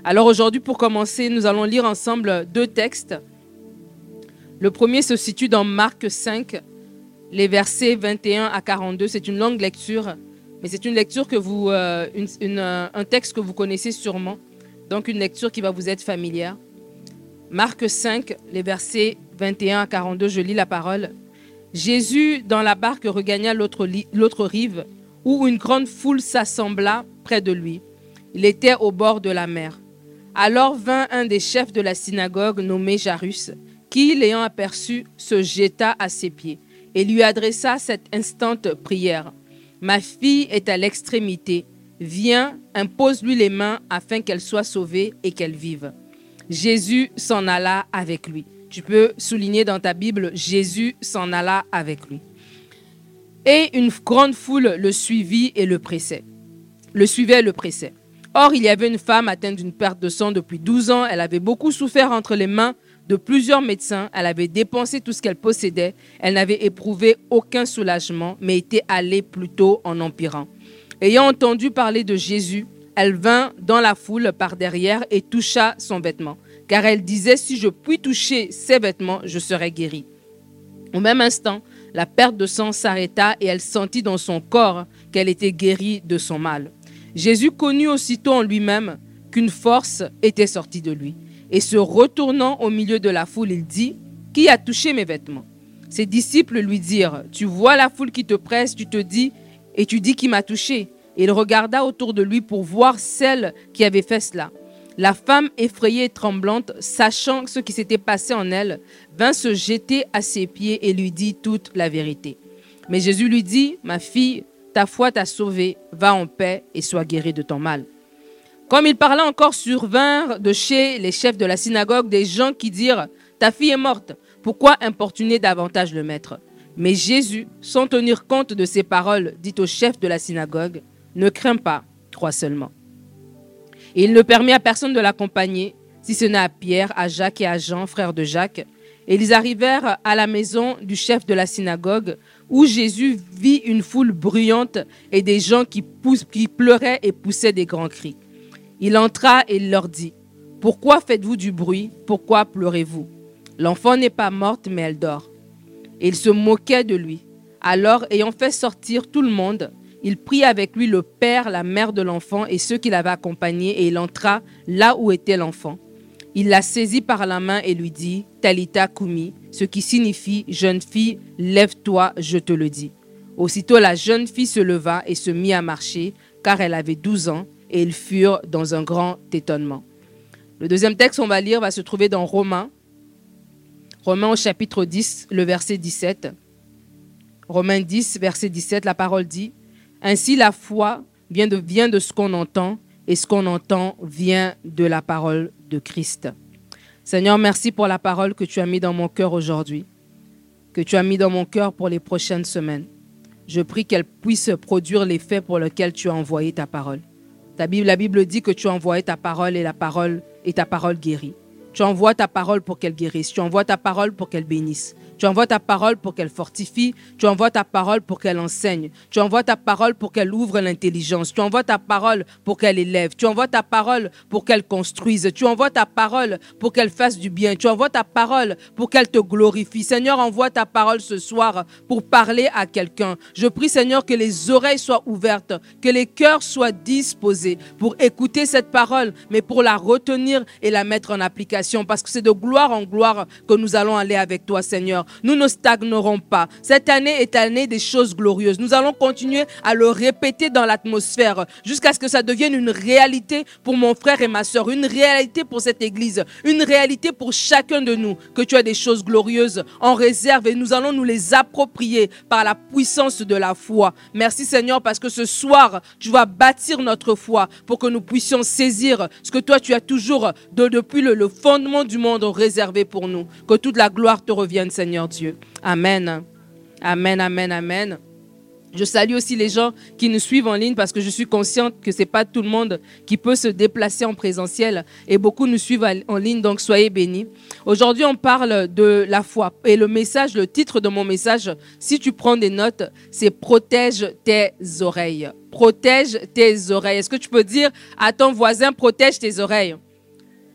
Alors aujourd'hui, pour commencer, nous allons lire ensemble 2 textes. Le premier se situe dans Marc 5, les versets 21 à 42. C'est une longue lecture, mais c'est une lecture que un texte que vous connaissez sûrement, donc une lecture qui va vous être familière. Marc 5, les versets 21 à 42, je lis la parole. Jésus, dans la barque, regagna l'autre rive, où une grande foule s'assembla près de lui. Il était au bord de la mer. Alors vint un des chefs de la synagogue, nommé Jairus, qui, l'ayant aperçu, se jeta à ses pieds et lui adressa cette instante prière. « Ma fille est à l'extrémité. Viens, impose-lui les mains afin qu'elle soit sauvée et qu'elle vive. » Jésus s'en alla avec lui. Tu peux souligner dans ta Bible, Jésus s'en alla avec lui. Et une grande foule le suivit et le pressait. Or, il y avait une femme atteinte d'une perte de sang depuis 12 ans. Elle avait beaucoup souffert entre les mains de plusieurs médecins. Elle avait dépensé tout ce qu'elle possédait. Elle n'avait éprouvé aucun soulagement, mais était allée plutôt en empirant. Ayant entendu parler de Jésus, elle vint dans la foule par derrière et toucha son vêtement. Car elle disait, si je puis toucher ses vêtements, je serai guérie. Au même instant, la perte de sang s'arrêta et elle sentit dans son corps qu'elle était guérie de son mal. Jésus connut aussitôt en lui-même qu'une force était sortie de lui. Et se retournant au milieu de la foule, il dit, « Qui a touché mes vêtements ?» Ses disciples lui dirent, « Tu vois la foule qui te presse, tu dis qui m'a touché. » Et il regarda autour de lui pour voir celle qui avait fait cela. La femme, effrayée et tremblante, sachant ce qui s'était passé en elle, vint se jeter à ses pieds et lui dit toute la vérité. Mais Jésus lui dit, « Ma fille, ta foi t'a sauvée, va en paix et sois guérie de ton mal. » Comme il parlait encore, survinrent de chez les chefs de la synagogue des gens qui dirent, « Ta fille est morte, pourquoi importuner davantage le maître ?» Mais Jésus, sans tenir compte de ces paroles, dit au chef de la synagogue, « Ne crains pas, crois seulement. » Et il ne permit à personne de l'accompagner, si ce n'est à Pierre, à Jacques et à Jean, frères de Jacques. Et ils arrivèrent à la maison du chef de la synagogue, où Jésus vit une foule bruyante et des gens qui pleuraient et poussaient des grands cris. Il entra et il leur dit, « Pourquoi faites-vous du bruit? Pourquoi pleurez-vous? L'enfant n'est pas morte, mais elle dort. » Et ils se moquaient de lui. Alors, ayant fait sortir tout le monde, il prit avec lui le père, la mère de l'enfant et ceux qui l'avaient accompagné, et il entra là où était l'enfant. Il la saisit par la main et lui dit, « Talitha Koumi », ce qui signifie « Jeune fille, lève-toi, je te le dis ». Aussitôt la jeune fille se leva et se mit à marcher, car elle avait 12 ans, et ils furent dans un grand étonnement. Le deuxième texte qu'on va lire va se trouver dans Romains au chapitre 10, le verset 17. Romains 10, verset 17, la parole dit, « Ainsi la foi vient de ce qu'on entend, et ce qu'on entend vient de la parole de Christ. » Seigneur, merci pour la parole que tu as mis dans mon cœur aujourd'hui, que tu as mis dans mon cœur pour les prochaines semaines. Je prie qu'elle puisse produire l'effet pour lequel tu as envoyé ta parole. La Bible dit que tu as envoyé ta parole et ta parole guérit. Tu envoies ta parole pour qu'elle guérisse. Tu envoies ta parole pour qu'elle bénisse. Tu envoies ta parole pour qu'elle fortifie. Tu envoies ta parole pour qu'elle enseigne. Tu envoies ta parole pour qu'elle ouvre l'intelligence. Tu envoies ta parole pour qu'elle élève. Tu envoies ta parole pour qu'elle construise. Tu envoies ta parole pour qu'elle fasse du bien. Tu envoies ta parole pour qu'elle te glorifie. Seigneur, envoie ta parole ce soir pour parler à quelqu'un. Je prie, Seigneur, que les oreilles soient ouvertes, que les cœurs soient disposés pour écouter cette parole, mais pour la retenir et la mettre en application, parce que c'est de gloire en gloire que nous allons aller avec toi, Seigneur. Nous ne stagnerons pas. Cette année est l'année des choses glorieuses. Nous allons continuer à le répéter dans l'atmosphère jusqu'à ce que ça devienne une réalité pour mon frère et ma soeur, une réalité pour cette église, une réalité pour chacun de nous, que tu as des choses glorieuses en réserve et nous allons nous les approprier par la puissance de la foi. Merci Seigneur, parce que ce soir, tu vas bâtir notre foi pour que nous puissions saisir ce que toi tu as toujours depuis le fondement du monde réservé pour nous. Que toute la gloire te revienne, Seigneur Dieu. Amen. Amen, amen, amen. Je salue aussi les gens qui nous suivent en ligne parce que je suis consciente que ce n'est pas tout le monde qui peut se déplacer en présentiel et beaucoup nous suivent en ligne, donc soyez bénis. Aujourd'hui, on parle de la foi et le titre de mon message, si tu prends des notes, c'est « Protège tes oreilles ». Protège tes oreilles. Est-ce que tu peux dire à ton voisin « Protège tes oreilles » ?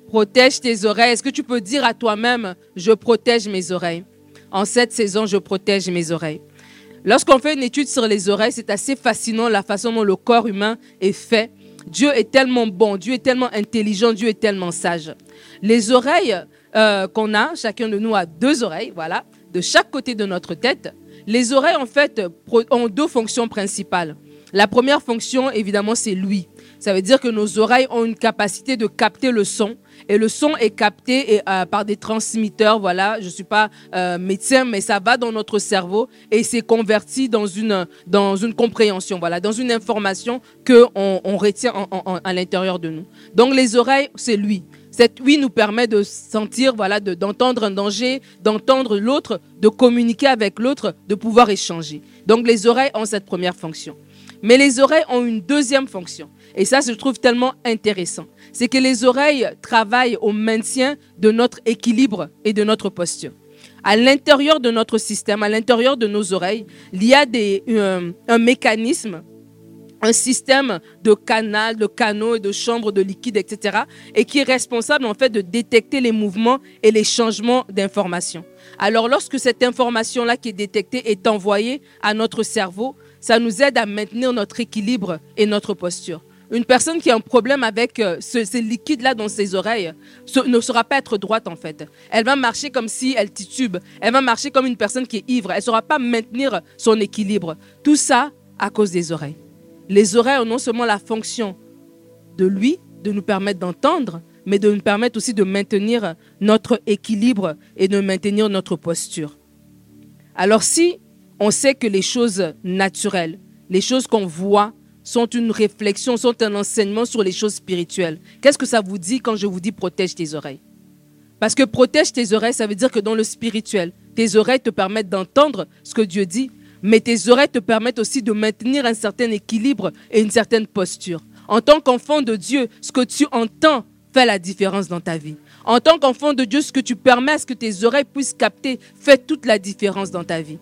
Protège tes oreilles. Est-ce que tu peux dire à toi-même, je protège mes oreilles? En cette saison, je protège mes oreilles. Lorsqu'on fait une étude sur les oreilles, c'est assez fascinant la façon dont le corps humain est fait. Dieu est tellement bon, Dieu est tellement intelligent, Dieu est tellement sage. Les oreilles qu'on a, chacun de nous a 2 oreilles, voilà, de chaque côté de notre tête. Les oreilles, en fait, ont 2 fonctions principales. La première fonction, évidemment, c'est l'ouïe. Ça veut dire que nos oreilles ont une capacité de capter le son. Et le son est capté par des transmetteurs. Voilà, je ne suis pas médecin, mais ça va dans notre cerveau et c'est converti dans une compréhension, voilà, dans une information qu'on retient à l'intérieur de nous. Donc les oreilles, c'est l'ouïe. Cette ouïe nous permet de sentir, voilà, d'entendre un danger, d'entendre l'autre, de communiquer avec l'autre, de pouvoir échanger. Donc les oreilles ont cette première fonction. Mais les oreilles ont une deuxième fonction. Et ça, je trouve tellement intéressant. C'est que les oreilles travaillent au maintien de notre équilibre et de notre posture. À l'intérieur de notre système, à l'intérieur de nos oreilles, il y a un mécanisme, un système de canal, de canaux et de chambres de liquide, etc. et qui est responsable en fait de détecter les mouvements et les changements d'informations. Alors lorsque cette information-là qui est détectée est envoyée à notre cerveau, ça nous aide à maintenir notre équilibre et notre posture. Une personne qui a un problème avec ces liquides-là dans ses oreilles ne saura pas être droite en fait. Elle va marcher comme si elle titube. Elle va marcher comme une personne qui est ivre. Elle ne saura pas maintenir son équilibre. Tout ça à cause des oreilles. Les oreilles ont non seulement la fonction de l'ouïe, de nous permettre d'entendre, mais de nous permettre aussi de maintenir notre équilibre et de maintenir notre posture. Alors si on sait que les choses naturelles, les choses qu'on voit, sont une réflexion, sont un enseignement sur les choses spirituelles. Qu'est-ce que ça vous dit quand je vous dis protège tes oreilles? Parce que protège tes oreilles, ça veut dire que dans le spirituel, tes oreilles te permettent d'entendre ce que Dieu dit, mais tes oreilles te permettent aussi de maintenir un certain équilibre et une certaine posture. En tant qu'enfant de Dieu, ce que tu entends fait la différence dans ta vie. En tant qu'enfant de Dieu, ce que tu permets à ce que tes oreilles puissent capter fait toute la différence dans ta vie.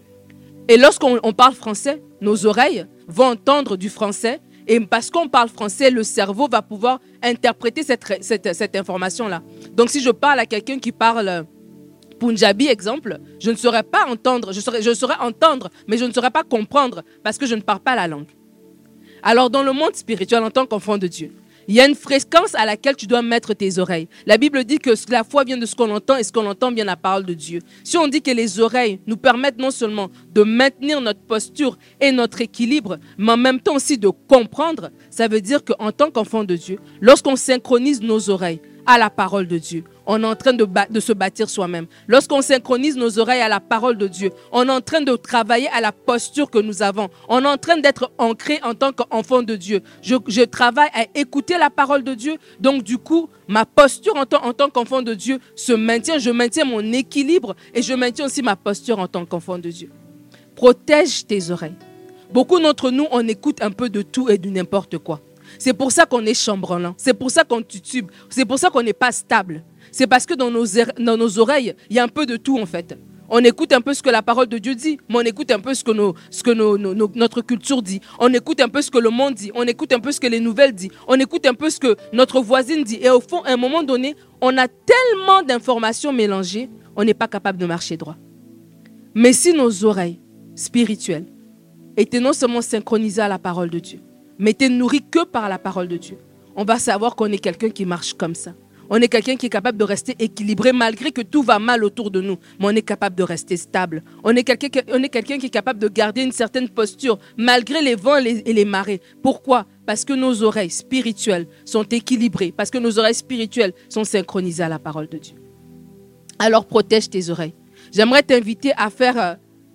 Et lorsqu'on parle français, nos oreilles vont entendre du français. Et parce qu'on parle français, le cerveau va pouvoir interpréter cette information-là. Donc, si je parle à quelqu'un qui parle Punjabi, exemple, je ne saurais pas entendre. Je saurais entendre, mais je ne saurais pas comprendre parce que je ne parle pas la langue. Alors, dans le monde spirituel, en tant qu'enfant de Dieu, il y a une fréquence à laquelle tu dois mettre tes oreilles. La Bible dit que la foi vient de ce qu'on entend et ce qu'on entend vient de la parole de Dieu. Si on dit que les oreilles nous permettent non seulement de maintenir notre posture et notre équilibre, mais en même temps aussi de comprendre, ça veut dire qu'en tant qu'enfant de Dieu, lorsqu'on synchronise nos oreilles à la parole de Dieu, on est en train de se bâtir soi-même. Lorsqu'on synchronise nos oreilles à la parole de Dieu, on est en train de travailler à la posture que nous avons. On est en train d'être ancré en tant qu'enfant de Dieu. Je travaille à écouter la parole de Dieu. Donc du coup, ma posture en tant qu'enfant de Dieu se maintient. Je maintiens mon équilibre et je maintiens aussi ma posture en tant qu'enfant de Dieu. Protège tes oreilles. Beaucoup d'entre nous, on écoute un peu de tout et de n'importe quoi. C'est pour ça qu'on est chambranlant. C'est pour ça qu'on titube. C'est pour ça qu'on n'est pas stable. C'est parce que dans nos oreilles, il y a un peu de tout en fait. On écoute un peu ce que la parole de Dieu dit, mais on écoute un peu ce que notre culture dit. On écoute un peu ce que le monde dit. On écoute un peu ce que les nouvelles disent. On écoute un peu ce que notre voisine dit. Et au fond, à un moment donné, on a tellement d'informations mélangées, on n'est pas capable de marcher droit. Mais si nos oreilles spirituelles étaient non seulement synchronisées à la parole de Dieu, mais étaient nourries que par la parole de Dieu, on va savoir qu'on est quelqu'un qui marche comme ça. On est quelqu'un qui est capable de rester équilibré malgré que tout va mal autour de nous. Mais on est capable de rester stable. On est quelqu'un qui est capable de garder une certaine posture malgré les vents et les marées. Pourquoi? Parce que nos oreilles spirituelles sont équilibrées. Parce que nos oreilles spirituelles sont synchronisées à la parole de Dieu. Alors protège tes oreilles. J'aimerais t'inviter à faire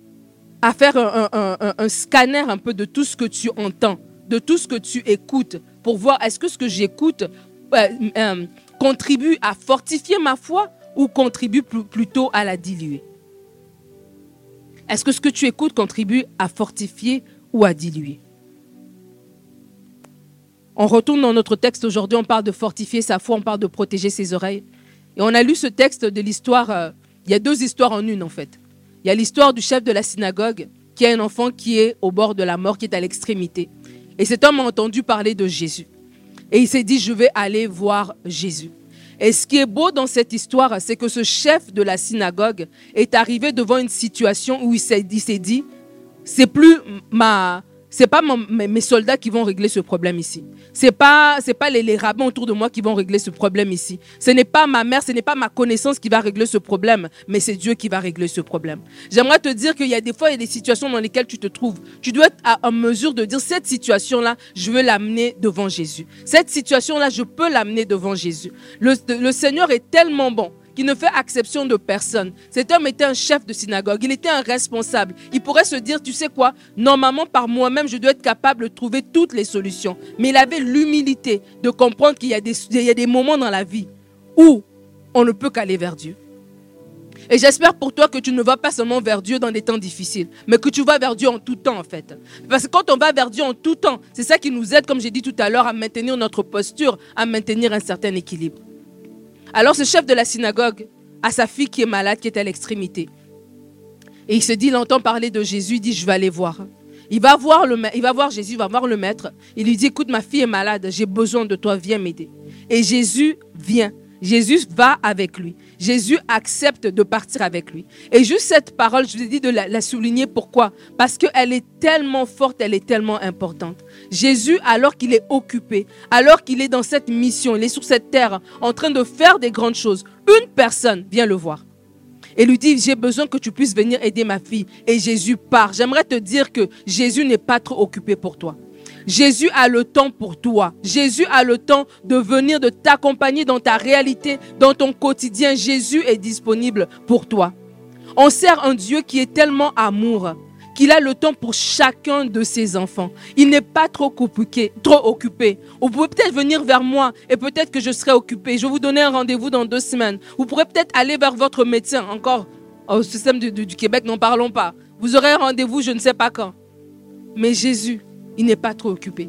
un scanner un peu de tout ce que tu entends, de tout ce que tu écoutes, pour voir est-ce que ce que j'écoute contribue à fortifier ma foi ou contribue plutôt à la diluer? Est-ce que ce que tu écoutes contribue à fortifier ou à diluer? On retourne dans notre texte aujourd'hui, on parle de fortifier sa foi, on parle de protéger ses oreilles. Et on a lu ce texte de l'histoire, il y a 2 histoires en une en fait. Il y a l'histoire du chef de la synagogue qui a un enfant qui est au bord de la mort, qui est à l'extrémité. Et cet homme a entendu parler de Jésus. Et il s'est dit, je vais aller voir Jésus. Et ce qui est beau dans cette histoire, c'est que ce chef de la synagogue est arrivé devant une situation où il s'est dit, c'est pas mes soldats qui vont régler ce problème ici. C'est pas les rabbins autour de moi qui vont régler ce problème ici. Ce n'est pas ma mère, ce n'est pas ma connaissance qui va régler ce problème, mais c'est Dieu qui va régler ce problème. J'aimerais te dire qu'il y a des fois, il y a des situations dans lesquelles tu te trouves. Tu dois être en mesure de dire, cette situation-là, je veux l'amener devant Jésus. Cette situation-là, je peux l'amener devant Jésus. Le Seigneur est tellement bon qui ne fait exception de personne. Cet homme était un chef de synagogue, il était un responsable. Il pourrait se dire, tu sais quoi, normalement par moi-même, je dois être capable de trouver toutes les solutions. Mais il avait l'humilité de comprendre qu'il y a des moments dans la vie où on ne peut qu'aller vers Dieu. Et j'espère pour toi que tu ne vas pas seulement vers Dieu dans des temps difficiles, mais que tu vas vers Dieu en tout temps en fait. Parce que quand on va vers Dieu en tout temps, c'est ça qui nous aide, comme j'ai dit tout à l'heure, à maintenir notre posture, à maintenir un certain équilibre. Alors ce chef de la synagogue a sa fille qui est malade, qui est à l'extrémité. Et il se dit, il entend parler de Jésus, il dit, je vais aller voir. Il va voir Jésus, il va voir le maître. Il lui dit, écoute, ma fille est malade, j'ai besoin de toi, viens m'aider. Et Jésus vient. Jésus va avec lui. Jésus accepte de partir avec lui. Et juste cette parole, je vous ai dit de la souligner. Pourquoi? Parce qu'elle est tellement forte, elle est tellement importante. Jésus, alors qu'il est occupé, alors qu'il est dans cette mission, il est sur cette terre en train de faire des grandes choses, une personne vient le voir et lui dit, j'ai besoin que tu puisses venir aider ma fille. Et Jésus part. J'aimerais te dire que Jésus n'est pas trop occupé pour toi. Jésus a le temps pour toi. Jésus a le temps de venir, de t'accompagner dans ta réalité, dans ton quotidien. Jésus est disponible pour toi. On sert un Dieu qui est tellement amour, qu'il a le temps pour chacun de ses enfants. Il n'est pas trop occupé. Vous pouvez peut-être venir vers moi et peut-être que je serai occupé. Je vais vous donner un rendez-vous dans 2 semaines. Vous pourrez peut-être aller vers votre médecin. Encore, au système du Québec, n'en parlons pas. Vous aurez un rendez-vous, je ne sais pas quand. Mais Jésus, il n'est pas trop occupé.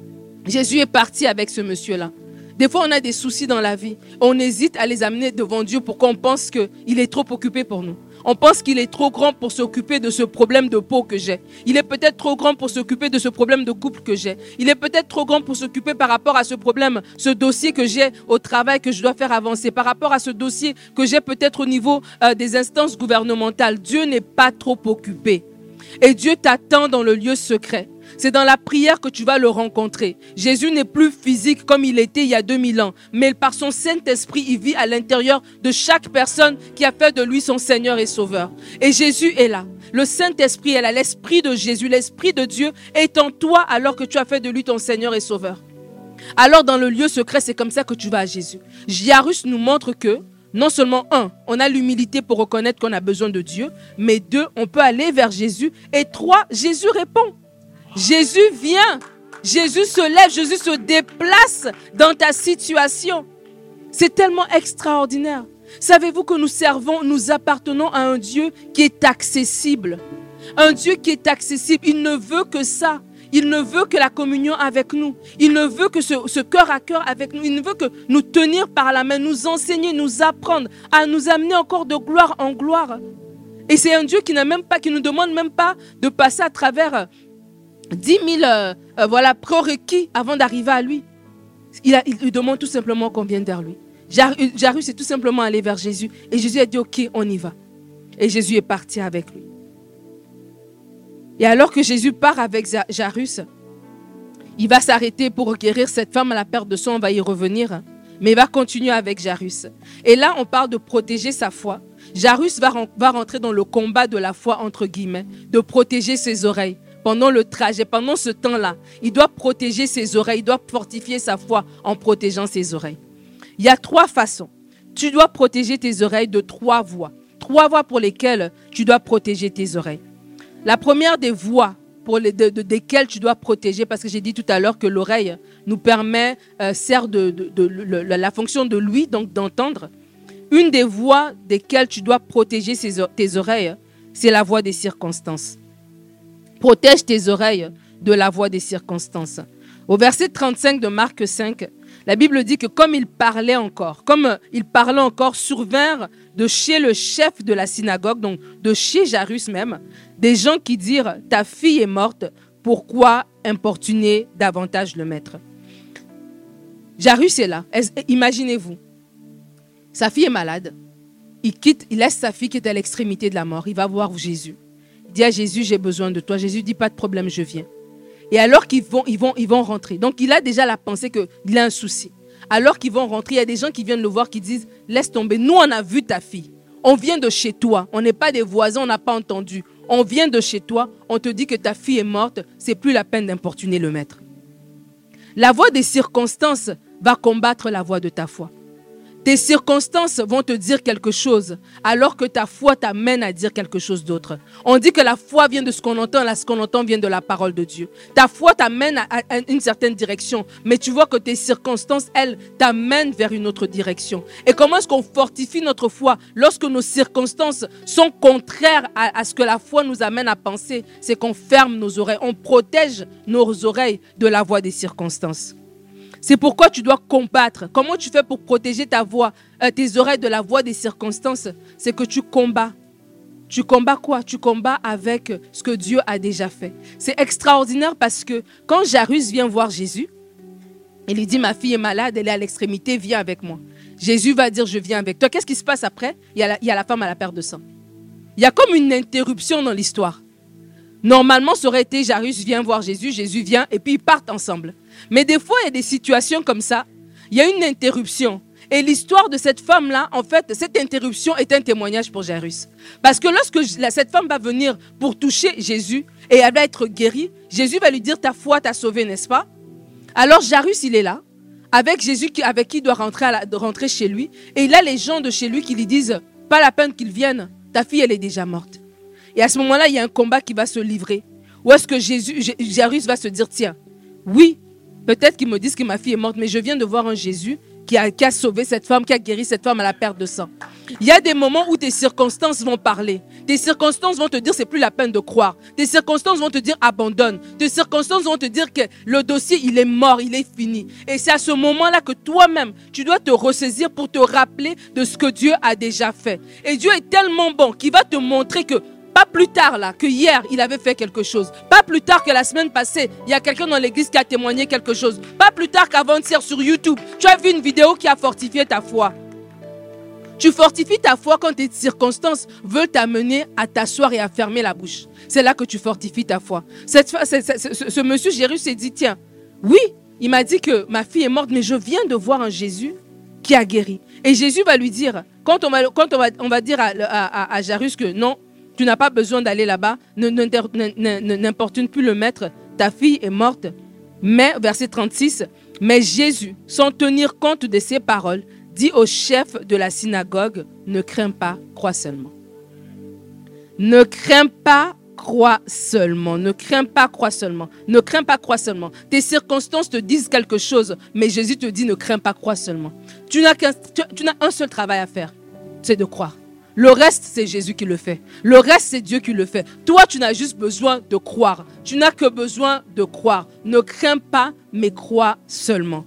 Jésus est parti avec ce monsieur-là. Des fois, on a des soucis dans la vie. On hésite à les amener devant Dieu pour qu'on pense qu'il est trop occupé pour nous. On pense qu'il est trop grand pour s'occuper de ce problème de peau que j'ai. Il est peut-être trop grand pour s'occuper de ce problème de couple que j'ai. Il est peut-être trop grand pour s'occuper par rapport à ce problème, ce dossier que j'ai au travail que je dois faire avancer, par rapport à ce dossier que j'ai peut-être au niveau des instances gouvernementales. Dieu n'est pas trop occupé. Et Dieu t'attend dans le lieu secret. C'est dans la prière que tu vas le rencontrer. Jésus n'est plus physique comme il était il y a 2000 ans, mais par son Saint-Esprit, il vit à l'intérieur de chaque personne qui a fait de lui son Seigneur et Sauveur. Et Jésus est là. Le Saint-Esprit est là. L'Esprit de Jésus, l'Esprit de Dieu est en toi alors que tu as fait de lui ton Seigneur et Sauveur. Alors dans le lieu secret, c'est comme ça que tu vas à Jésus. Jairus nous montre que non seulement, 1, on a l'humilité pour reconnaître qu'on a besoin de Dieu, mais 2, on peut aller vers Jésus. Et 3, Jésus répond. Jésus vient, Jésus se lève, Jésus se déplace dans ta situation. C'est tellement extraordinaire. Savez-vous que nous appartenons à un Dieu qui est accessible. Un Dieu qui est accessible, il ne veut que ça. Il ne veut que la communion avec nous. Il ne veut que ce cœur à cœur avec nous. Il ne veut que nous tenir par la main, nous enseigner, nous apprendre, à nous amener encore de gloire en gloire. Et c'est un Dieu qui nous demande même pas de passer à travers 10 000 prérequis avant d'arriver à lui. Il demande tout simplement qu'on vienne vers lui. Jairus est tout simplement allé vers Jésus. Et Jésus a dit, ok, on y va. Et Jésus est parti avec lui. Et alors que Jésus part avec Jairus, il va s'arrêter pour guérir cette femme à la perte de sang. On va y revenir. Mais il va continuer avec Jairus. Et là, on parle de protéger sa foi. Jairus va rentrer dans le combat de la foi, entre guillemets, de protéger ses oreilles. Pendant le trajet, pendant ce temps-là, il doit protéger ses oreilles, il doit fortifier sa foi en protégeant ses oreilles. Il y a 3 façons. Tu dois protéger tes oreilles de 3 voies. 3 voies pour lesquelles tu dois protéger tes oreilles. La première des voies desquelles tu dois protéger, parce que j'ai dit tout à l'heure que l'oreille nous permet, sert la fonction de l'ouïe, donc d'entendre. Une des voies desquelles tu dois protéger tes oreilles, c'est la voie des circonstances. Protège tes oreilles de la voix des circonstances. Au verset 35 de Marc 5, la Bible dit que comme il parlait encore, survinrent de chez le chef de la synagogue, donc de chez Jairus même, des gens qui dirent, ta fille est morte, pourquoi importuner davantage le maître? Jairus est là, imaginez-vous. Sa fille est malade. Il laisse sa fille qui est à l'extrémité de la mort. Il va voir Jésus. Il dit à Jésus, j'ai besoin de toi. Jésus dit, pas de problème, je viens. Et alors qu'ils vont rentrer. Donc, il a déjà la pensée qu'il a un souci. Alors qu'ils vont rentrer, il y a des gens qui viennent le voir qui disent, laisse tomber. Nous, on a vu ta fille. On vient de chez toi. On n'est pas des voisins, on n'a pas entendu. On vient de chez toi. On te dit que ta fille est morte. C'est plus la peine d'importuner le maître. La voix des circonstances va combattre la voix de ta foi. Tes circonstances vont te dire quelque chose, alors que ta foi t'amène à dire quelque chose d'autre. On dit que la foi vient de ce qu'on entend, là, ce qu'on entend vient de la parole de Dieu. Ta foi t'amène à une certaine direction, mais tu vois que tes circonstances, elles, t'amènent vers une autre direction. Et comment est-ce qu'on fortifie notre foi lorsque nos circonstances sont contraires à ce que la foi nous amène à penser? C'est qu'on ferme nos oreilles, on protège nos oreilles de la voix des circonstances. C'est pourquoi tu dois combattre. Comment tu fais pour protéger tes oreilles de la voix des circonstances? C'est que tu combats. Tu combats quoi? Tu combats avec ce que Dieu a déjà fait. C'est extraordinaire parce que quand Jairus vient voir Jésus, il lui dit, ma fille est malade, elle est à l'extrémité, viens avec moi. Jésus va dire, je viens avec toi. Qu'est-ce qui se passe après? Il y a la femme à la perte de sang. Il y a comme une interruption dans l'histoire. Normalement, ça aurait été Jairus vient voir Jésus, Jésus vient et puis ils partent ensemble. Mais des fois, il y a des situations comme ça, il y a une interruption. Et l'histoire de cette femme-là, en fait, cette interruption est un témoignage pour Jairus. Parce que lorsque cette femme va venir pour toucher Jésus et elle va être guérie, Jésus va lui dire, ta foi t'a sauvé, n'est-ce pas? Alors Jairus, il est là, avec Jésus, avec qui il doit rentrer chez lui. Et il a les gens de chez lui qui lui disent, pas la peine qu'il vienne, ta fille, elle est déjà morte. Et à ce moment-là, il y a un combat qui va se livrer. Ou est-ce que Jairus va se dire, tiens, oui, peut-être qu'ils me disent que ma fille est morte, mais je viens de voir un Jésus qui a sauvé cette femme, qui a guéri cette femme à la perte de sang. Il y a des moments où tes circonstances vont parler. Tes circonstances vont te dire, c'est plus la peine de croire. Tes circonstances vont te dire, abandonne. Tes circonstances vont te dire que le dossier, il est mort, il est fini. Et c'est à ce moment-là que toi-même, tu dois te ressaisir pour te rappeler de ce que Dieu a déjà fait. Et Dieu est tellement bon qu'il va te montrer que pas plus tard là, que hier, il avait fait quelque chose. Pas plus tard que la semaine passée, il y a quelqu'un dans l'église qui a témoigné quelque chose. Pas plus tard qu'avant-hier sur YouTube, tu as vu une vidéo qui a fortifié ta foi. Tu fortifies ta foi quand tes circonstances veulent t'amener à t'asseoir et à fermer la bouche. C'est là que tu fortifies ta foi. Ce monsieur Jairus s'est dit, tiens, oui, il m'a dit que ma fille est morte, mais je viens de voir un Jésus qui a guéri. Et Jésus va lui dire, quand on va dire à Jairus que non, tu n'as pas besoin d'aller là-bas, n'importune plus le maître, ta fille est morte. Mais, verset 36, mais Jésus, sans tenir compte de ces paroles, dit au chef de la synagogue, ne crains pas, crois seulement. Ne crains pas, crois seulement. Ne crains pas, crois seulement. Ne crains pas, crois seulement. Tes circonstances te disent quelque chose, mais Jésus te dit, ne crains pas, crois seulement. Tu n'as un seul travail à faire, c'est de croire. Le reste, c'est Jésus qui le fait. Le reste, c'est Dieu qui le fait. Toi, tu n'as juste besoin de croire. Tu n'as que besoin de croire. Ne crains pas, mais crois seulement.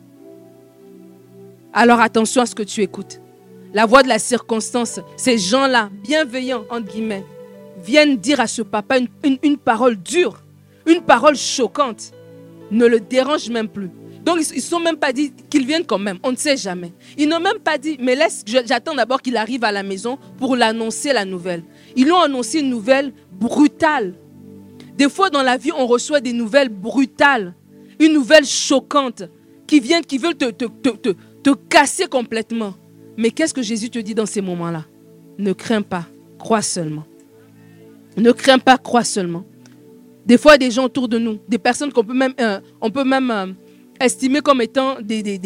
Alors attention à ce que tu écoutes. La voix de la circonstance, ces gens-là, bienveillants, entre guillemets, viennent dire à ce papa une parole dure, une parole choquante. Ne le dérange même plus. Donc, ils ne se sont même pas dit qu'ils viennent quand même. On ne sait jamais. Ils n'ont même pas dit, mais j'attends d'abord qu'il arrive à la maison pour l'annoncer la nouvelle. Ils l'ont annoncé une nouvelle brutale. Des fois, dans la vie, on reçoit des nouvelles brutales, une nouvelle choquante qui veulent te casser complètement. Mais qu'est-ce que Jésus te dit dans ces moments-là? Ne crains pas, crois seulement. Ne crains pas, crois seulement. Des fois, des gens autour de nous, des personnes qu'on peut même estimées comme étant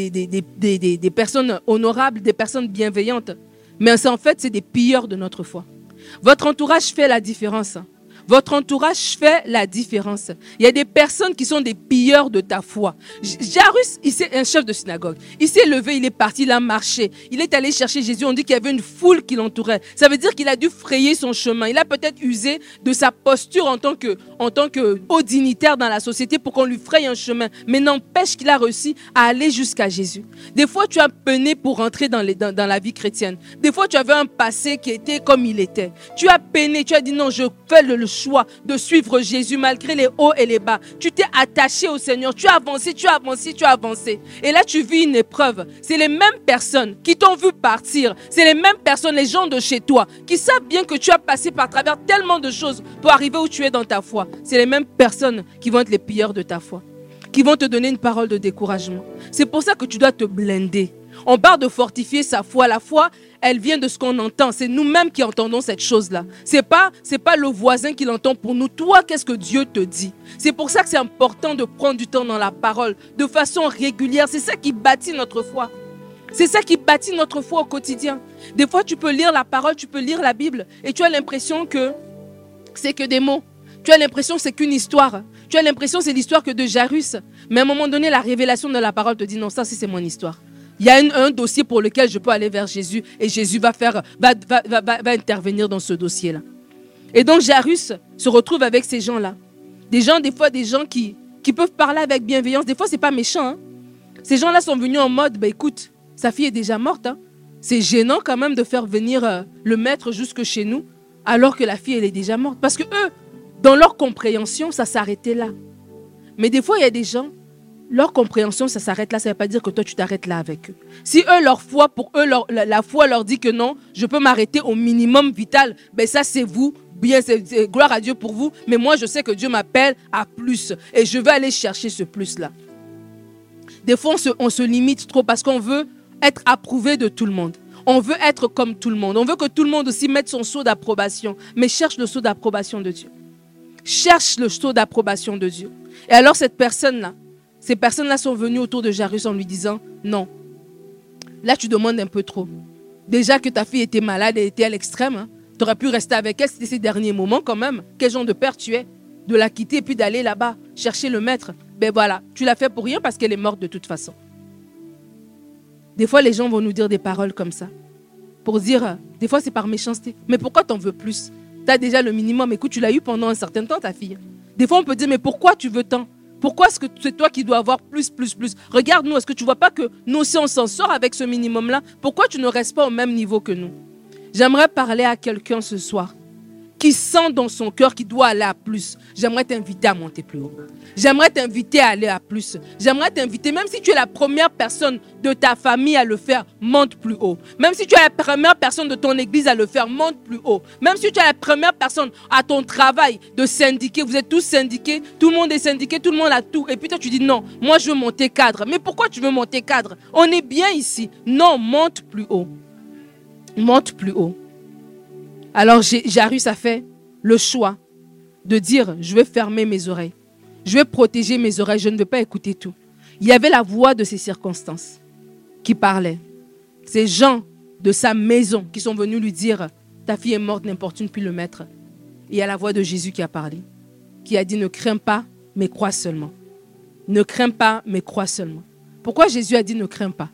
des personnes honorables, des personnes bienveillantes. Mais en fait, c'est des pilleurs de notre foi. Votre entourage fait la différence. Votre entourage fait la différence. Il y a des personnes qui sont des pilleurs de ta foi. Jairus, c'est un chef de synagogue. Il s'est levé, il est parti, il a marché. Il est allé chercher Jésus. On dit qu'il y avait une foule qui l'entourait. Ça veut dire qu'il a dû frayer son chemin. Il a peut-être usé de sa posture en tant que haut dignitaire dans la société pour qu'on lui fraye un chemin. Mais n'empêche qu'il a réussi à aller jusqu'à Jésus. Des fois, tu as peiné pour rentrer dans la vie chrétienne. Des fois, tu avais un passé qui était comme il était. Tu as peiné, tu as dit non, je fais le choix de suivre Jésus malgré les hauts et les bas. Tu t'es attaché au Seigneur, tu as avancé, tu as avancé, tu as avancé. Et là, tu vis une épreuve. C'est les mêmes personnes qui t'ont vu partir. C'est les mêmes personnes, les gens de chez toi, qui savent bien que tu as passé par travers tellement de choses pour arriver où tu es dans ta foi. C'est les mêmes personnes qui vont être les pilleurs de ta foi, qui vont te donner une parole de découragement. C'est pour ça que tu dois te blinder. On parle de fortifier sa foi. La foi, elle vient de ce qu'on entend. C'est nous-mêmes qui entendons cette chose-là. C'est pas le voisin qui l'entend pour nous. Toi, qu'est-ce que Dieu te dit? C'est pour ça que c'est important de prendre du temps dans la parole, de façon régulière. C'est ça qui bâtit notre foi. C'est ça qui bâtit notre foi au quotidien. Des fois, tu peux lire la parole, tu peux lire la Bible et tu as l'impression que c'est que des mots. Tu as l'impression que c'est qu'une histoire. Tu as l'impression que c'est l'histoire que de Jairus. Mais à un moment donné, la révélation de la parole te dit non, ça c'est mon histoire. Il y a un dossier pour lequel je peux aller vers Jésus et Jésus va intervenir dans ce dossier-là. Et donc Jairus se retrouve avec ces gens-là. Des gens qui peuvent parler avec bienveillance. Des fois, ce n'est pas méchant. Hein. Ces gens-là sont venus en mode, écoute, sa fille est déjà morte. Hein. C'est gênant quand même de faire venir le maître jusque chez nous alors que la fille, elle est déjà morte. Parce que eux, dans leur compréhension, ça s'arrêtait là. Mais des fois, il y a des gens, leur compréhension, ça s'arrête là. Ça ne veut pas dire que toi, tu t'arrêtes là avec eux. Si eux, leur foi, pour eux, la foi leur dit que non, je peux m'arrêter au minimum vital, ça, c'est vous. Bien, c'est gloire à Dieu pour vous. Mais moi, je sais que Dieu m'appelle à plus. Et je vais aller chercher ce plus-là. Des fois, on se limite trop parce qu'on veut être approuvé de tout le monde. On veut être comme tout le monde. On veut que tout le monde aussi mette son sceau d'approbation. Mais cherche le sceau d'approbation de Dieu. Cherche le sceau d'approbation de Dieu. Et alors, ces personnes-là sont venues autour de Jairus en lui disant, non, là, tu demandes un peu trop. Déjà que ta fille était malade et était à l'extrême, hein, tu aurais pu rester avec elle, c'était ces derniers moments quand même. Quel genre de père tu es? De la quitter et puis d'aller là-bas, chercher le maître. Voilà, tu l'as fait pour rien parce qu'elle est morte de toute façon. Des fois, les gens vont nous dire des paroles comme ça. Pour dire, des fois, c'est par méchanceté. Mais pourquoi t'en veux plus? Tu as déjà le minimum. Écoute, tu l'as eu pendant un certain temps, ta fille. Des fois, on peut dire, mais pourquoi tu veux tant? Pourquoi est-ce que c'est toi qui dois avoir plus? Regarde-nous, est-ce que tu ne vois pas que nous aussi, on s'en sort avec ce minimum-là? Pourquoi tu ne restes pas au même niveau que nous? J'aimerais parler à quelqu'un ce soir qui sent dans son cœur qu'il doit aller à plus. J'aimerais t'inviter à monter plus haut. J'aimerais t'inviter à aller à plus. J'aimerais t'inviter, même si tu es la première personne de ta famille à le faire, monte plus haut. Même si tu es la première personne de ton église à le faire, monte plus haut. Même si tu es la première personne à ton travail de syndiquer, vous êtes tous syndiqués, tout le monde est syndiqué, tout le monde a tout. Et puis toi tu dis non, moi je veux monter cadre. Mais pourquoi tu veux monter cadre? On est bien ici. Non, monte plus haut. Monte plus haut. Alors Jairus a fait le choix de dire, je vais fermer mes oreilles. Je vais protéger mes oreilles, je ne vais pas écouter tout. Il y avait la voix de ces circonstances qui parlait. Ces gens de sa maison qui sont venus lui dire, ta fille est morte, n'importune plus le maître. Et il y a la voix de Jésus qui a parlé, qui a dit, ne crains pas, mais crois seulement. Ne crains pas, mais crois seulement. Pourquoi Jésus a dit, ne crains pas?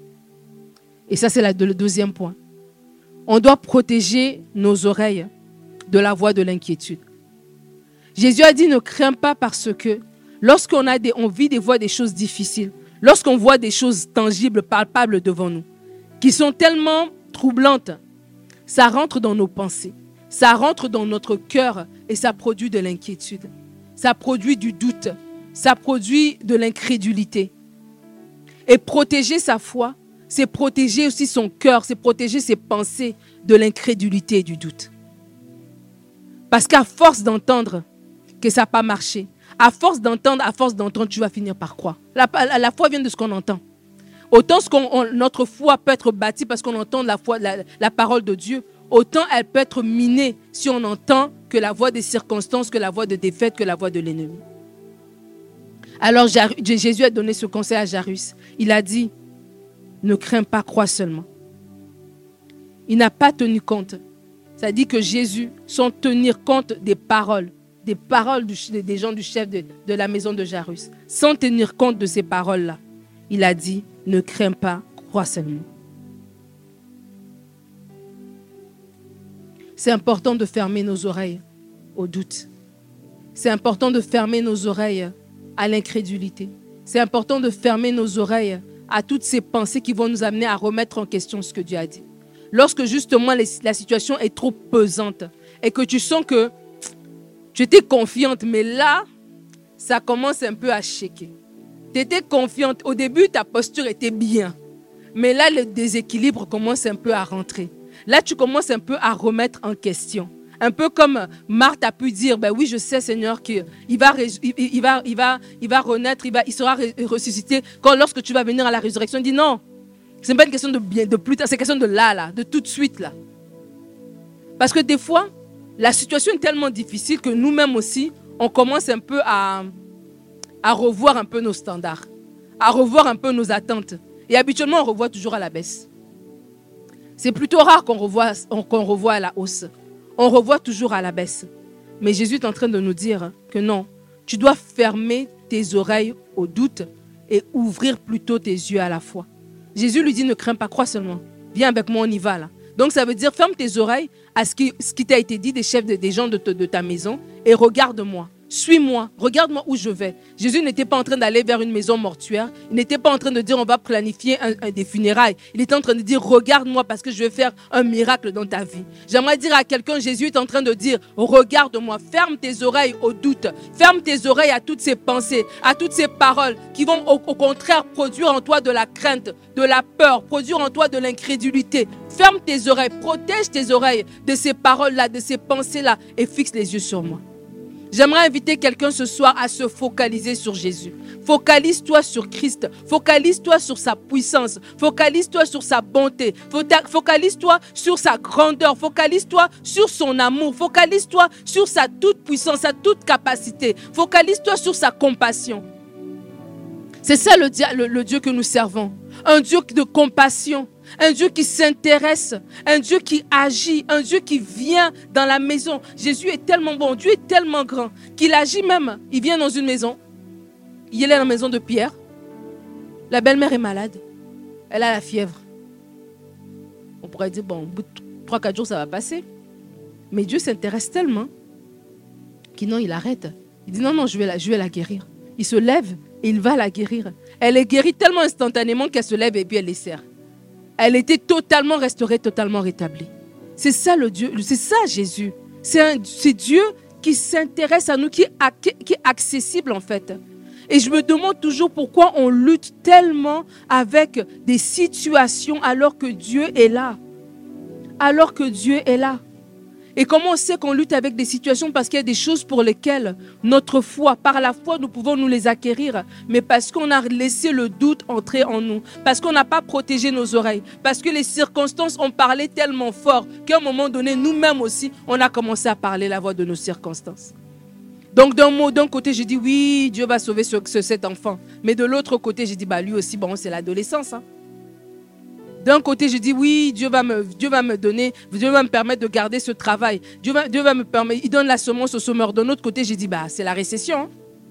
Et ça, c'est le deuxième point. On doit protéger nos oreilles de la voix de l'inquiétude. Jésus a dit ne crains pas parce que lorsqu'on vit des choses difficiles, lorsqu'on voit des choses tangibles, palpables devant nous, qui sont tellement troublantes, ça rentre dans nos pensées, ça rentre dans notre cœur et ça produit de l'inquiétude, ça produit du doute, ça produit de l'incrédulité. Et protéger sa foi, c'est protéger aussi son cœur, c'est protéger ses pensées de l'incrédulité et du doute. Parce qu'à force d'entendre que ça n'a pas marché, à force d'entendre, tu vas finir par croire. La foi vient de ce qu'on entend. Autant notre foi peut être bâtie parce qu'on entend la parole de Dieu, autant elle peut être minée si on entend que la voix des circonstances, que la voix de défaite, que la voix de l'ennemi. Alors Jésus a donné ce conseil à Jairus. Il a dit, ne crains pas, crois seulement. Il n'a pas tenu compte. Ça dit que Jésus, sans tenir compte des paroles des gens du chef de la maison de Jairus, sans tenir compte de ces paroles-là, il a dit, ne crains pas, crois seulement. C'est important de fermer nos oreilles au doute. C'est important de fermer nos oreilles à l'incrédulité. C'est important de fermer nos oreilles à toutes ces pensées qui vont nous amener à remettre en question ce que Dieu a dit. Lorsque justement la situation est trop pesante et que tu sens que Tu étais confiante, mais là, ça commence un peu à shaker. Tu étais confiante. Au début, ta posture était bien. Mais là, le déséquilibre commence un peu à rentrer. Là, tu commences un peu à remettre en question. Un peu comme Marthe a pu dire, ben oui, je sais, Seigneur, qu'il va renaître, il sera ressuscité lorsque tu vas venir à la résurrection. Il dit non, ce n'est pas une question de bien, de plus tard, c'est une question de là, de tout de suite là. Parce que des fois, la situation est tellement difficile que nous-mêmes aussi, on commence un peu à revoir un peu nos standards, à revoir un peu nos attentes. Et habituellement, on revoit toujours à la baisse. C'est plutôt rare qu'on revoit à la hausse. On revoit toujours à la baisse. Mais Jésus est en train de nous dire que non, tu dois fermer tes oreilles au doute et ouvrir plutôt tes yeux à la foi. Jésus lui dit, ne crains pas, crois seulement. Viens avec moi, on y va là. Donc ça veut dire, ferme tes oreilles à ce qui t'a été dit des chefs des gens de ta maison et regarde-moi. Suis-moi, regarde-moi où je vais. Jésus n'était pas en train d'aller vers une maison mortuaire. Il n'était pas en train de dire on va planifier des funérailles. Il était en train de dire regarde-moi parce que je vais faire un miracle dans ta vie. J'aimerais dire à quelqu'un, Jésus est en train de dire regarde-moi, ferme tes oreilles au doute. Ferme tes oreilles à toutes ces pensées, à toutes ces paroles qui vont au contraire produire en toi de la crainte, de la peur, produire en toi de l'incrédulité. Ferme tes oreilles, protège tes oreilles de ces paroles-là, de ces pensées-là et fixe les yeux sur moi. J'aimerais inviter quelqu'un ce soir à se focaliser sur Jésus. Focalise-toi sur Christ. Focalise-toi sur sa puissance. Focalise-toi sur sa bonté. Focalise-toi sur sa grandeur. Focalise-toi sur son amour. Focalise-toi sur sa toute puissance, sa toute capacité. Focalise-toi sur sa compassion. C'est ça le Dieu que nous servons. Un Dieu de compassion. Un Dieu qui s'intéresse, un Dieu qui agit, un Dieu qui vient dans la maison. Jésus est tellement bon, Dieu est tellement grand qu'il agit même. Il vient dans une maison, il est dans la maison de Pierre. La belle-mère est malade, elle a la fièvre. On pourrait dire, bon, au bout de 3-4 jours, ça va passer. Mais Dieu s'intéresse tellement qu'il il arrête. Il dit, non, je vais la guérir. Il se lève et il va la guérir. Elle est guérie tellement instantanément qu'elle se lève et puis elle les sert. Elle était totalement restaurée, totalement rétablie. C'est ça le Dieu, c'est ça Jésus. C'est Dieu qui s'intéresse à nous, qui est accessible en fait. Et je me demande toujours pourquoi on lutte tellement avec des situations alors que Dieu est là. Alors que Dieu est là. Et comment on sait qu'on lutte avec des situations? Parce qu'il y a des choses pour lesquelles notre foi, par la foi, nous pouvons nous les acquérir. Mais parce qu'on a laissé le doute entrer en nous. Parce qu'on n'a pas protégé nos oreilles. Parce que les circonstances ont parlé tellement fort qu'à un moment donné, nous-mêmes aussi, on a commencé à parler la voix de nos circonstances. Donc d'un côté, je dis oui, Dieu va sauver cet enfant. Mais de l'autre côté, je dis lui aussi, c'est l'adolescence. D'un côté, je dis oui, Dieu va me donner, Dieu va me permettre de garder ce travail. Dieu va me permettre, il donne la semence au semeur. D'un autre côté, je dis c'est la récession.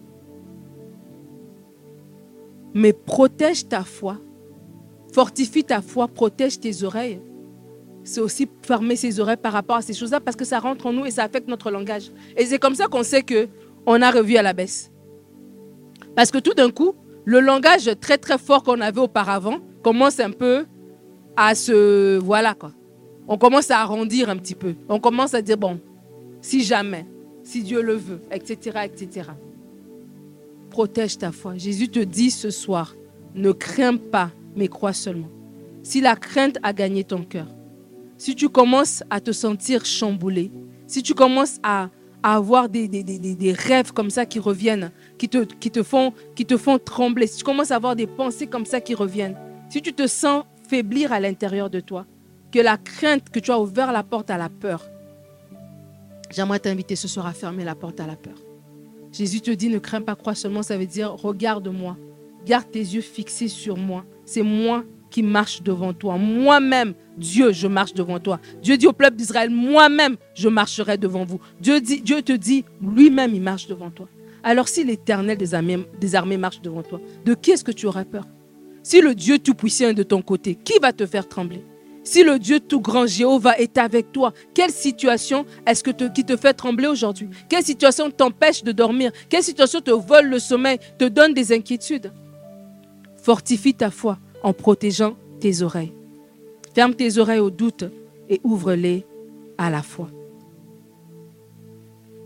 Mais protège ta foi, fortifie ta foi, protège tes oreilles. C'est aussi fermer ses oreilles par rapport à ces choses-là parce que ça rentre en nous et ça affecte notre langage. Et c'est comme ça qu'on sait qu'on a revu à la baisse. Parce que tout d'un coup, le langage très très fort qu'on avait auparavant commence un peu à se... Voilà quoi. On commence à arrondir un petit peu. On commence à dire, si jamais, si Dieu le veut, etc., etc. Protège ta foi. Jésus te dit ce soir, ne crains pas, mais crois seulement. Si la crainte a gagné ton cœur, si tu commences à te sentir chamboulé, si tu commences à avoir des rêves comme ça qui reviennent, qui te font trembler, si tu commences à avoir des pensées comme ça qui reviennent, si tu te sens faiblir à l'intérieur de toi, que la crainte, que tu as ouvert la porte à la peur, j'aimerais t'inviter ce soir à fermer la porte à la peur. Jésus te dit, ne crains pas, crois seulement, ça veut dire, regarde-moi, garde tes yeux fixés sur moi, c'est moi qui marche devant toi, moi-même, Dieu, je marche devant toi. Dieu dit au peuple d'Israël, moi-même, je marcherai devant vous. Dieu te dit, lui-même, il marche devant toi. Alors si l'Éternel des armées marche devant toi, de qui est-ce que tu aurais peur? Si le Dieu tout-puissant est de ton côté, qui va te faire trembler? Si le Dieu tout-grand, Jéhovah, est avec toi, quelle situation est-ce qui te fait trembler aujourd'hui? Quelle situation t'empêche de dormir? Quelle situation te vole le sommeil, te donne des inquiétudes? Fortifie ta foi en protégeant tes oreilles. Ferme tes oreilles au doute et ouvre-les à la foi.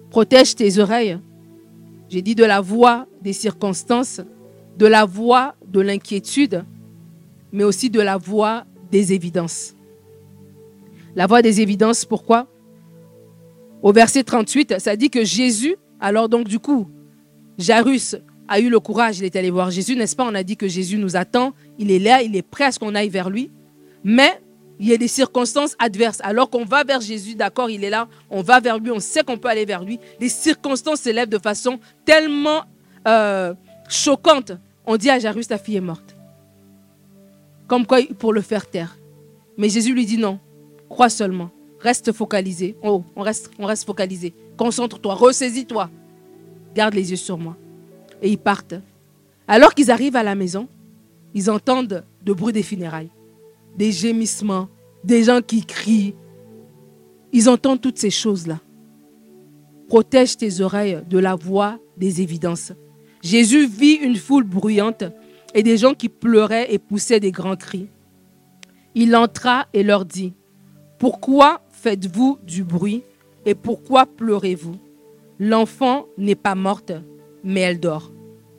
Protège tes oreilles. J'ai dit de la voix des circonstances, de la voix de l'inquiétude, mais aussi de la voix des évidences. La voix des évidences, pourquoi? Au verset 38, ça dit que Jésus, alors donc du coup, Jairus a eu le courage, il est allé voir Jésus, n'est-ce pas? On a dit que Jésus nous attend, il est là, il est prêt à ce qu'on aille vers lui. Mais il y a des circonstances adverses. Alors qu'on va vers Jésus, d'accord, il est là, on va vers lui, on sait qu'on peut aller vers lui. Les circonstances s'élèvent de façon tellement choquante. On dit à Jairus, ta fille est morte. Comme quoi, pour le faire taire. Mais Jésus lui dit non, crois seulement, reste focalisé. Oh, on reste focalisé. Concentre-toi, ressaisis-toi. Garde les yeux sur moi. Et ils partent. Alors qu'ils arrivent à la maison, ils entendent le bruit des funérailles. Des gémissements, des gens qui crient. Ils entendent toutes ces choses-là. Protège tes oreilles de la voix des évidences. Jésus vit une foule bruyante et des gens qui pleuraient et poussaient des grands cris. Il entra et leur dit, « Pourquoi faites-vous du bruit et pourquoi pleurez-vous? L'enfant n'est pas morte, mais elle dort. »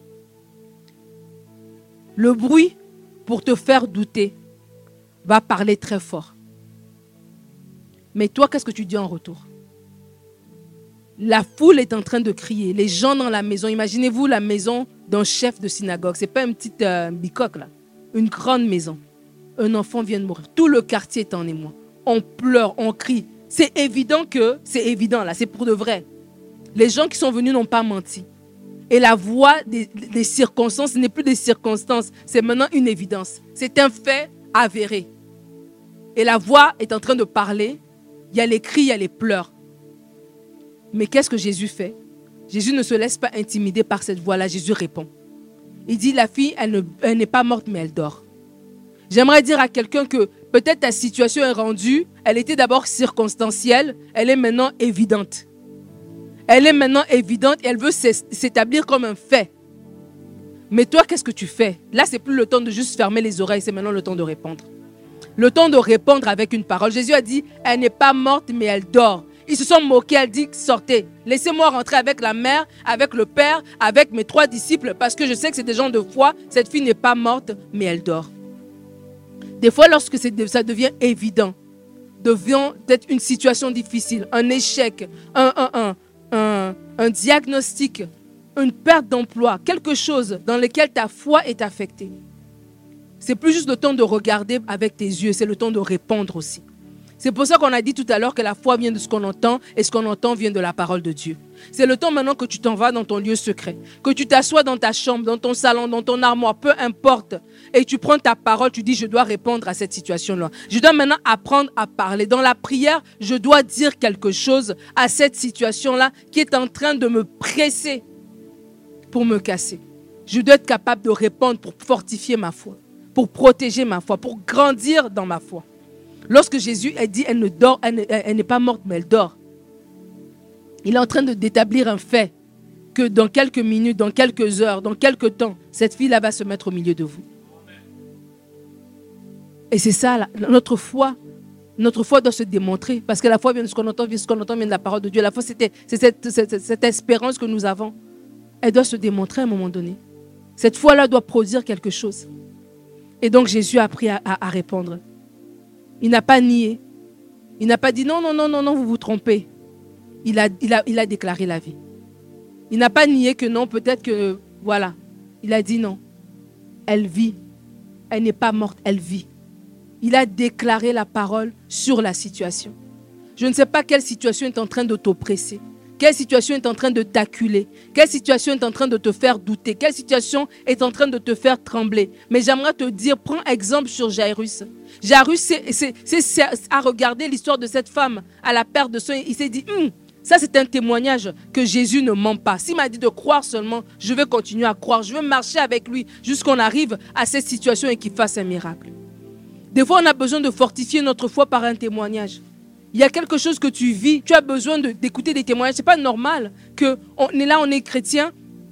Le bruit, pour te faire douter, va parler très fort. Mais toi, qu'est-ce que tu dis en retour? La foule est en train de crier. Les gens dans la maison, imaginez-vous la maison d'un chef de synagogue. Ce n'est pas une petite bicoque là. Une grande maison. Un enfant vient de mourir. Tout le quartier est en émoi. On pleure, on crie. C'est évident là, c'est pour de vrai. Les gens qui sont venus n'ont pas menti. Et la voix des circonstances, ce n'est plus des circonstances, c'est maintenant une évidence. C'est un fait avéré. Et la voix est en train de parler. Il y a les cris, il y a les pleurs. Mais qu'est-ce que Jésus fait? Jésus ne se laisse pas intimider par cette voix-là. Jésus répond. Il dit, la fille, elle n'est pas morte, mais elle dort. J'aimerais dire à quelqu'un que peut-être ta situation est rendue, elle était d'abord circonstancielle, elle est maintenant évidente. Elle est maintenant évidente et elle veut s'établir comme un fait. Mais toi, qu'est-ce que tu fais? Là, ce n'est plus le temps de juste fermer les oreilles, c'est maintenant le temps de répondre. Le temps de répondre avec une parole. Jésus a dit, elle n'est pas morte, mais elle dort. Ils se sont moqués, elle dit, sortez. Laissez-moi rentrer avec la mère, avec le père, avec mes 3 disciples, parce que je sais que c'est des gens de foi. Cette fille n'est pas morte, mais elle dort. Des fois, lorsque ça devient évident, devient peut-être une situation difficile, un échec, un diagnostic, une perte d'emploi, quelque chose dans lequel ta foi est affectée. C'est plus juste le temps de regarder avec tes yeux, c'est le temps de répondre aussi. C'est pour ça qu'on a dit tout à l'heure que la foi vient de ce qu'on entend et ce qu'on entend vient de la parole de Dieu. C'est le temps maintenant que tu t'en vas dans ton lieu secret, que tu t'assois dans ta chambre, dans ton salon, dans ton armoire, peu importe, et tu prends ta parole, tu dis je dois répondre à cette situation-là. Je dois maintenant apprendre à parler. Dans la prière, je dois dire quelque chose à cette situation-là qui est en train de me presser pour me casser. Je dois être capable de répondre pour fortifier ma foi, pour protéger ma foi, pour grandir dans ma foi. Lorsque Jésus a dit elle n'est pas morte, mais elle dort. Il est en train d'établir un fait que dans quelques minutes, dans quelques heures, dans quelques temps, cette fille-là va se mettre au milieu de vous. Et c'est ça, notre foi. Notre foi doit se démontrer parce que la foi vient de ce qu'on entend, vient de la parole de Dieu. La foi, c'est cette espérance que nous avons. Elle doit se démontrer à un moment donné. Cette foi-là doit produire quelque chose. Et donc Jésus a appris à répondre. Il n'a pas nié. Il n'a pas dit non, vous vous trompez. Il a déclaré la vie. Il n'a pas nié que non, peut-être que, voilà. Il a dit non. Elle vit. Elle n'est pas morte, elle vit. Il a déclaré la parole sur la situation. Je ne sais pas quelle situation est en train de t'oppresser. Quelle situation est en train de t'acculer? Quelle situation est en train de te faire douter? Quelle situation est en train de te faire trembler? Mais j'aimerais te dire, prends exemple sur Jairus. Jairus a regardé l'histoire de cette femme à la perte de sang. Il s'est dit, ça c'est un témoignage que Jésus ne ment pas. S'il m'a dit de croire seulement, je vais continuer à croire. Je vais marcher avec lui jusqu'on arrive à cette situation et qu'il fasse un miracle. Des fois, on a besoin de fortifier notre foi par un témoignage. Il y a quelque chose que tu vis, tu as besoin d'écouter des témoignages. Ce n'est pas normal qu'on est là, on est chrétien,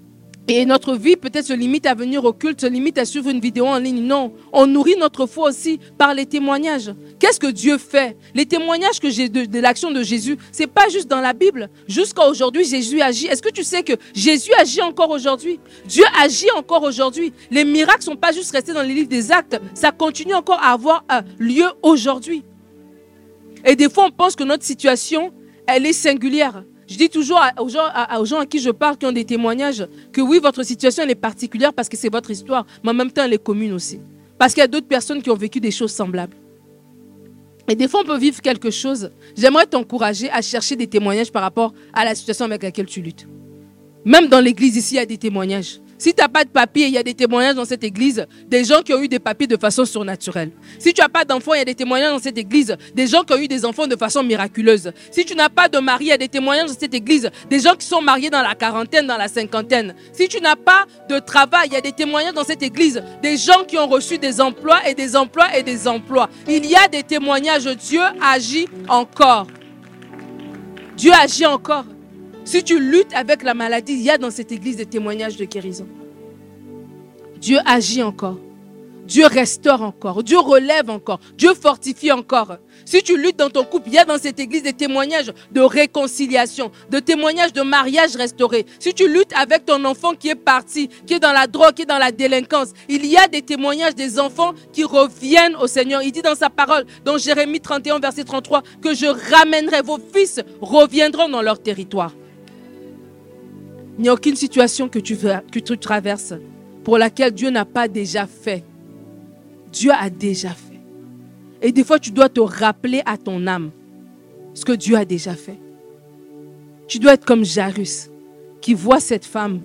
Et notre vie peut-être se limite à venir au culte, se limite à suivre une vidéo en ligne. Non, on nourrit notre foi aussi par les témoignages. Qu'est-ce que Dieu fait? Les témoignages que j'ai de l'action de Jésus, ce n'est pas juste dans la Bible. Jusqu'à aujourd'hui, Jésus agit. Est-ce que tu sais que Jésus agit encore aujourd'hui? Dieu agit encore aujourd'hui. Les miracles ne sont pas juste restés dans les livres des actes. Ça continue encore à avoir lieu aujourd'hui. Et des fois, on pense que notre situation, elle est singulière. Je dis toujours aux gens à qui je parle, qui ont des témoignages, que oui, votre situation elle est particulière parce que c'est votre histoire, mais en même temps, elle est commune aussi. Parce qu'il y a d'autres personnes qui ont vécu des choses semblables. Et des fois, on peut vivre quelque chose. J'aimerais t'encourager à chercher des témoignages par rapport à la situation avec laquelle tu luttes. Même dans l'église ici, il y a des témoignages. Si tu n'as pas de papier, il y a des témoignages dans cette église, des gens qui ont eu des papiers de façon surnaturelle. Si tu n'as pas d'enfants, il y a des témoignages dans cette église, des gens qui ont eu des enfants de façon miraculeuse. Si tu n'as pas de mari, il y a des témoignages dans cette église, des gens qui sont mariés dans la quarantaine, dans la cinquantaine. Si tu n'as pas de travail, il y a des témoignages dans cette église, des gens qui ont reçu des emplois et des emplois et des emplois. Il y a des témoignages, Dieu agit encore. Dieu agit encore. Si tu luttes avec la maladie, il y a dans cette église des témoignages de guérison. Dieu agit encore. Dieu restaure encore. Dieu relève encore. Dieu fortifie encore. Si tu luttes dans ton couple, il y a dans cette église des témoignages de réconciliation, de témoignages de mariage restauré. Si tu luttes avec ton enfant qui est parti, qui est dans la drogue, qui est dans la délinquance, il y a des témoignages des enfants qui reviennent au Seigneur. Il dit dans sa parole, dans Jérémie 31, verset 33, que je ramènerai, vos fils reviendront dans leur territoire. Il n'y a aucune situation que tu traverses pour laquelle Dieu n'a pas déjà fait. Dieu a déjà fait. Et des fois, tu dois te rappeler à ton âme ce que Dieu a déjà fait. Tu dois être comme Jairus, qui voit cette femme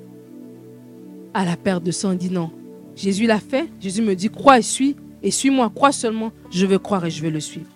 à la perte de sang et dit non. Jésus l'a fait. Jésus me dit, crois et suis-moi. Crois seulement, je veux croire et je vais le suivre.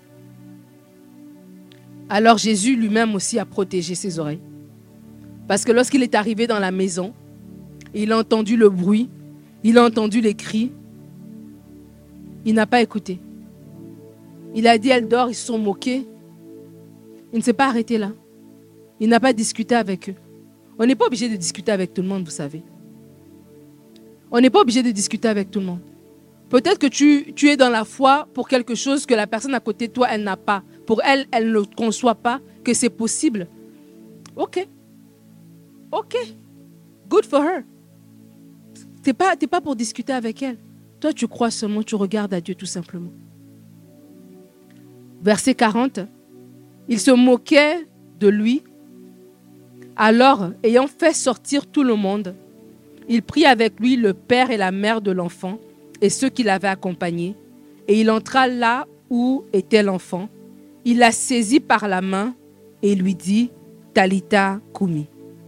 Alors Jésus lui-même aussi a protégé ses oreilles. Parce que lorsqu'il est arrivé dans la maison, il a entendu le bruit, il a entendu les cris. Il n'a pas écouté. Il a dit, elle dort, ils se sont moqués. Il ne s'est pas arrêté là. Il n'a pas discuté avec eux. On n'est pas obligé de discuter avec tout le monde, vous savez. On n'est pas obligé de discuter avec tout le monde. Peut-être que tu es dans la foi pour quelque chose que la personne à côté de toi, elle n'a pas. Pour elle, elle ne conçoit pas que c'est possible. Ok. Good for her. T'es pas pour discuter avec elle. Toi, tu crois seulement, tu regardes à Dieu tout simplement. Verset 40. Il se moquait de lui. Alors, ayant fait sortir tout le monde, il prit avec lui le père et la mère de l'enfant et ceux qui l'avaient accompagné. Et il entra là où était l'enfant. Il la saisit par la main et lui dit, Talitha Koumi.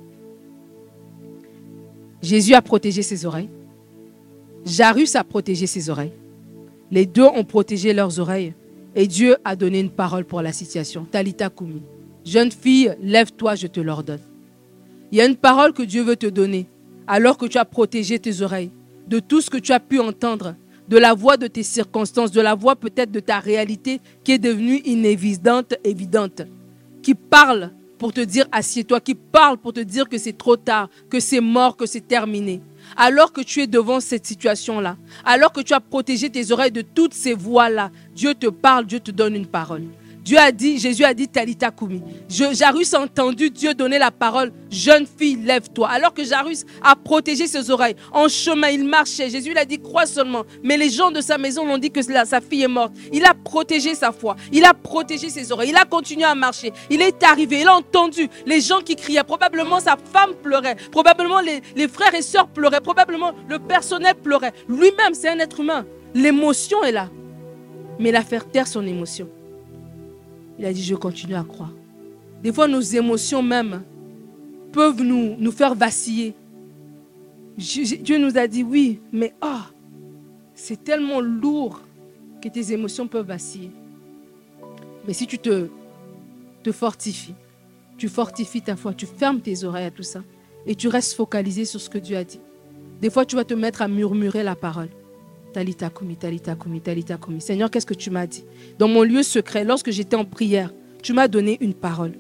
Jésus a protégé ses oreilles. Jairus a protégé ses oreilles. Les deux ont protégé leurs oreilles. Et Dieu a donné une parole pour la situation. Talitha Koumi. Jeune fille, lève-toi, je te l'ordonne. Il y a une parole que Dieu veut te donner. Alors que tu as protégé tes oreilles. De tout ce que tu as pu entendre. De la voix de tes circonstances. De la voix peut-être de ta réalité qui est devenue inévidente, évidente. Qui parle pour te dire assieds-toi, qui parle pour te dire que c'est trop tard, que c'est mort, que c'est terminé. Alors que tu es devant cette situation-là, alors que tu as protégé tes oreilles de toutes ces voix-là, Dieu te parle, Dieu te donne une parole. Jésus a dit Talitha Koumi. Jairus a entendu Dieu donner la parole, jeune fille, lève-toi. Alors que Jairus a protégé ses oreilles, en chemin, il marchait. Jésus lui a dit, crois seulement. Mais les gens de sa maison l'ont dit que sa fille est morte. Il a protégé sa foi, il a protégé ses oreilles, il a continué à marcher. Il est arrivé, il a entendu les gens qui criaient. Probablement sa femme pleurait, probablement les frères et sœurs pleuraient, probablement le personnel pleurait. Lui-même, c'est un être humain. L'émotion est là. Mais il a fait taire son émotion. Il a dit, je continue à croire. Des fois, nos émotions même peuvent nous faire vaciller. Dieu nous a dit, oui, mais c'est tellement lourd que tes émotions peuvent vaciller. Mais si tu te fortifies, tu fortifies ta foi, tu fermes tes oreilles à tout ça et tu restes focalisé sur ce que Dieu a dit. Des fois, tu vas te mettre à murmurer la parole. Talitha Koumi, Talitha Koumi, Talitha Koumi. Seigneur, qu'est-ce que tu m'as dit? Dans mon lieu secret, lorsque j'étais en prière, tu m'as donné une parole.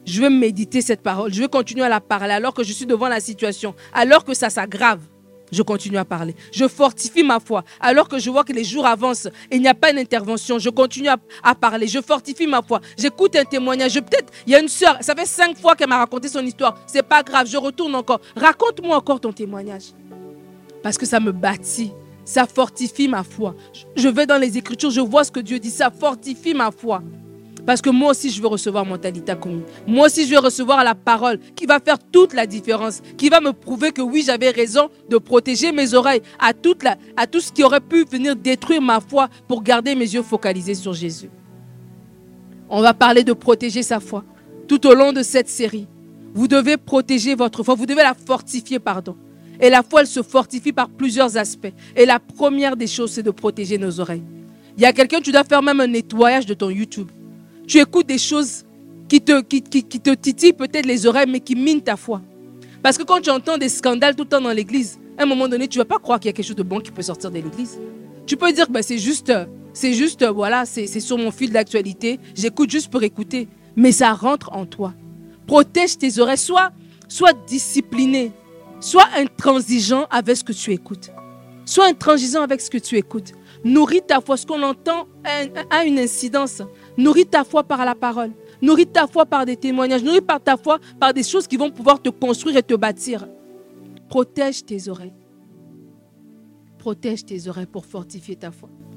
Je veux méditer cette parole. Je veux continuer à la parler alors que je suis devant la situation, alors que ça s'aggrave. Je continue à parler. Je fortifie ma foi. Alors que je vois que les jours avancent et il n'y a pas d'intervention, je continue à parler. Je fortifie ma foi. J'écoute un témoignage. Peut-être, il y a une sœur, ça fait 5 fois qu'elle m'a raconté son histoire. C'est pas grave, je retourne encore. Raconte-moi encore ton témoignage. Parce que ça me bâtit. Ça fortifie ma foi. Je vais dans les Écritures, je vois ce que Dieu dit. Ça fortifie ma foi. Parce que moi aussi, je veux recevoir mon Talita Kumi. Moi aussi, je veux recevoir la parole qui va faire toute la différence, qui va me prouver que oui, j'avais raison de protéger mes oreilles à tout ce qui aurait pu venir détruire ma foi pour garder mes yeux focalisés sur Jésus. On va parler de protéger sa foi tout au long de cette série. Vous devez protéger votre foi, vous devez la fortifier, pardon. Et la foi, elle se fortifie par plusieurs aspects. Et la première des choses, c'est de protéger nos oreilles. Il y a quelqu'un, tu dois faire même un nettoyage de ton YouTube. Tu écoutes des choses qui te titillent peut-être les oreilles, mais qui minent ta foi. Parce que quand tu entends des scandales tout le temps dans l'église, à un moment donné, tu ne vas pas croire qu'il y a quelque chose de bon qui peut sortir de l'église. Tu peux dire que c'est juste, voilà, c'est sur mon fil d'actualité, j'écoute juste pour écouter. Mais ça rentre en toi. Protège tes oreilles, sois discipliné, sois intransigeant avec ce que tu écoutes. Sois intransigeant avec ce que tu écoutes. Nourris ta foi, ce qu'on entend a une incidence. Nourris ta foi par la parole. Nourris ta foi par des témoignages. Nourris ta foi par des choses qui vont pouvoir te construire et te bâtir. Protège tes oreilles. Protège tes oreilles pour fortifier ta foi.